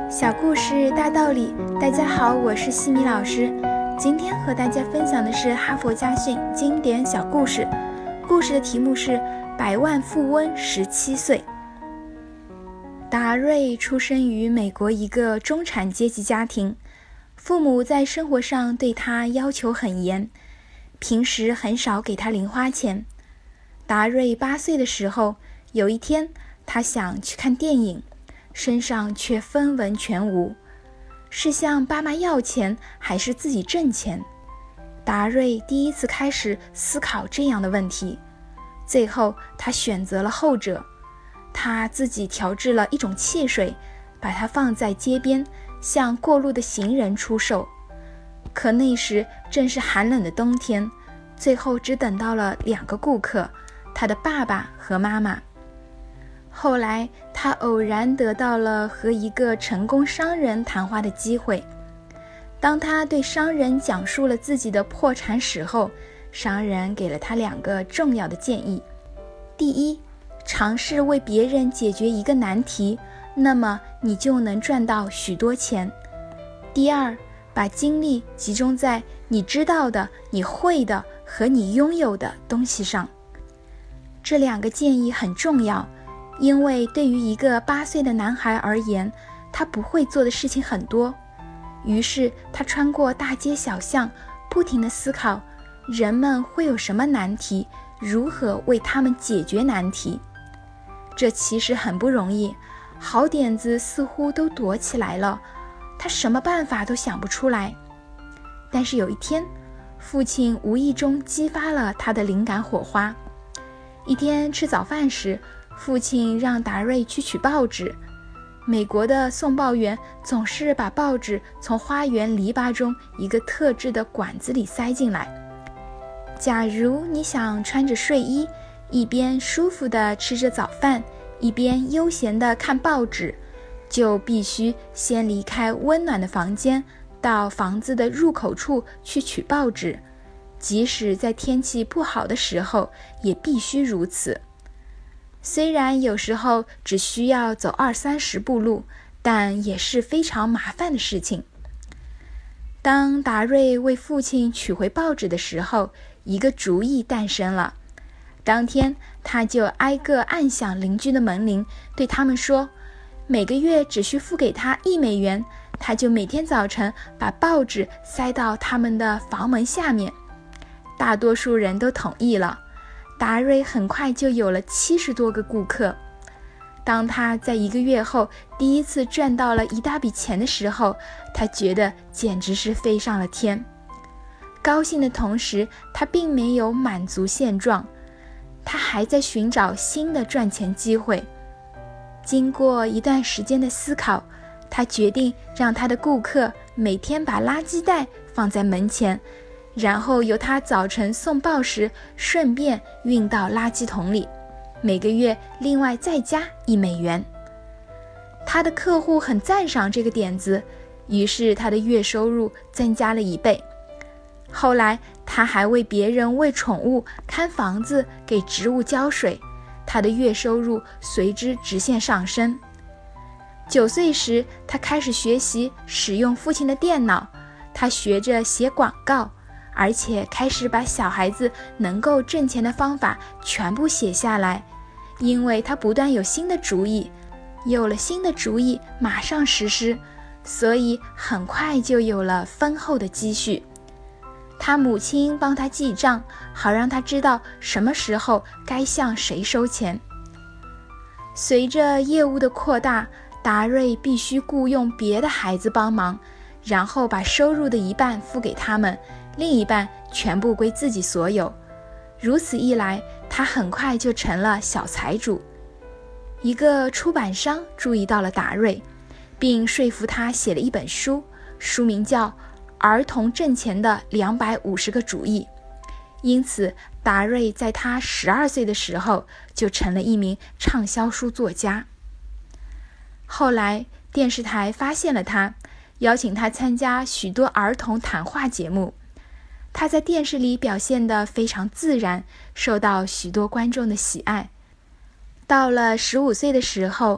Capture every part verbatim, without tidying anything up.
小故事大道理，大家好，我是西米老师。今天和大家分享的是哈佛家训经典小故事，故事的题目是百万富翁十七岁。达瑞出生于美国一个中产阶级家庭，父母在生活上对他要求很严，平时很少给他零花钱。达瑞八岁的时候，有一天他想去看电影，身上却分文全无，是向爸妈要钱还是自己挣钱？达瑞第一次开始思考这样的问题，最后他选择了后者。他自己调制了一种汽水，把它放在街边，向过路的行人出售。可那时正是寒冷的冬天，最后只等到了两个顾客，他的爸爸和妈妈。后来他偶然得到了和一个成功商人谈话的机会。当他对商人讲述了自己的破产史后，商人给了他两个重要的建议。第一，尝试为别人解决一个难题，那么你就能赚到许多钱。第二，把精力集中在你知道的、你会的和你拥有的东西上。这两个建议很重要，因为对于一个八岁的男孩而言，他不会做的事情很多。于是他穿过大街小巷，不停地思考人们会有什么难题，如何为他们解决难题。这其实很不容易，好点子似乎都躲起来了，他什么办法都想不出来。但是有一天，父亲无意中激发了他的灵感火花。一天吃早饭时，父亲让达瑞去取报纸。美国的送报员总是把报纸从花园篱笆中一个特制的管子里塞进来。假如你想穿着睡衣，一边舒服地吃着早饭，一边悠闲地看报纸，就必须先离开温暖的房间，到房子的入口处去取报纸。即使在天气不好的时候，也必须如此。虽然有时候只需要走二三十步路，但也是非常麻烦的事情。当达瑞为父亲取回报纸的时候，一个主意诞生了。当天他就挨个按响邻居的门铃，对他们说，每个月只需付给他一美元，他就每天早晨把报纸塞到他们的房门下面。大多数人都同意了，达瑞很快就有了七十多个顾客。当他在一个月后第一次赚到了一大笔钱的时候，他觉得简直是飞上了天。高兴的同时，他并没有满足现状，他还在寻找新的赚钱机会。经过一段时间的思考，他决定让他的顾客每天把垃圾袋放在门前，然后由他早晨送报时顺便运到垃圾桶里，每个月另外再加一美元。他的客户很赞赏这个点子，于是他的月收入增加了一倍。后来他还为别人喂宠物、看房子、给植物浇水，他的月收入随之直线上升。九岁时，他开始学习使用父亲的电脑，他学着写广告，而且开始把小孩子能够挣钱的方法全部写下来，因为他不断有新的主意，有了新的主意马上实施，所以很快就有了丰厚的积蓄。他母亲帮他记账，好让他知道什么时候该向谁收钱。随着业务的扩大，达瑞必须雇佣别的孩子帮忙，然后把收入的一半付给他们，另一半全部归自己所有。如此一来，他很快就成了小财主。一个出版商注意到了达瑞，并说服他写了一本书，书名叫《儿童挣钱的两百五十个主意》。因此，达瑞在他十二岁的时候就成了一名畅销书作家。后来，电视台发现了他，邀请他参加许多儿童谈话节目。他在电视里表现得非常自然，受到许多观众的喜爱。到了十五岁的时候，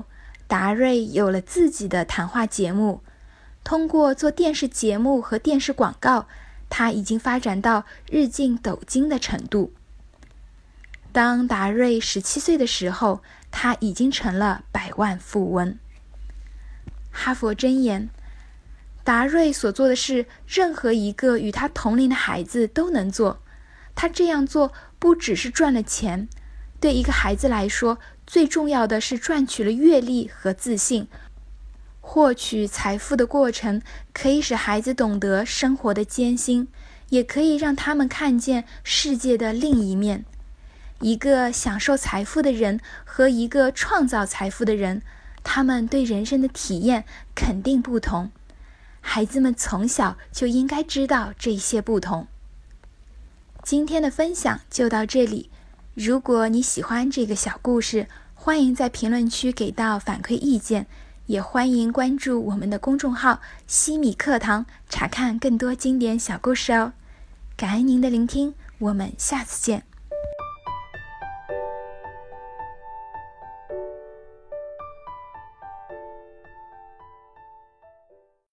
达瑞有了自己的谈话节目。通过做电视节目和电视广告，他已经发展到日进斗金的程度。当达瑞十七岁的时候，他已经成了百万富翁。哈佛箴言：达瑞所做的事，任何一个与他同龄的孩子都能做。他这样做不只是赚了钱，对一个孩子来说，最重要的是赚取了阅历和自信。获取财富的过程可以使孩子懂得生活的艰辛，也可以让他们看见世界的另一面。一个享受财富的人和一个创造财富的人，他们对人生的体验肯定不同。孩子们从小就应该知道这些不同。今天的分享就到这里。如果你喜欢这个小故事，欢迎在评论区给到反馈意见，也欢迎关注我们的公众号西米课堂，查看更多经典小故事哦。感恩您的聆听，我们下次见。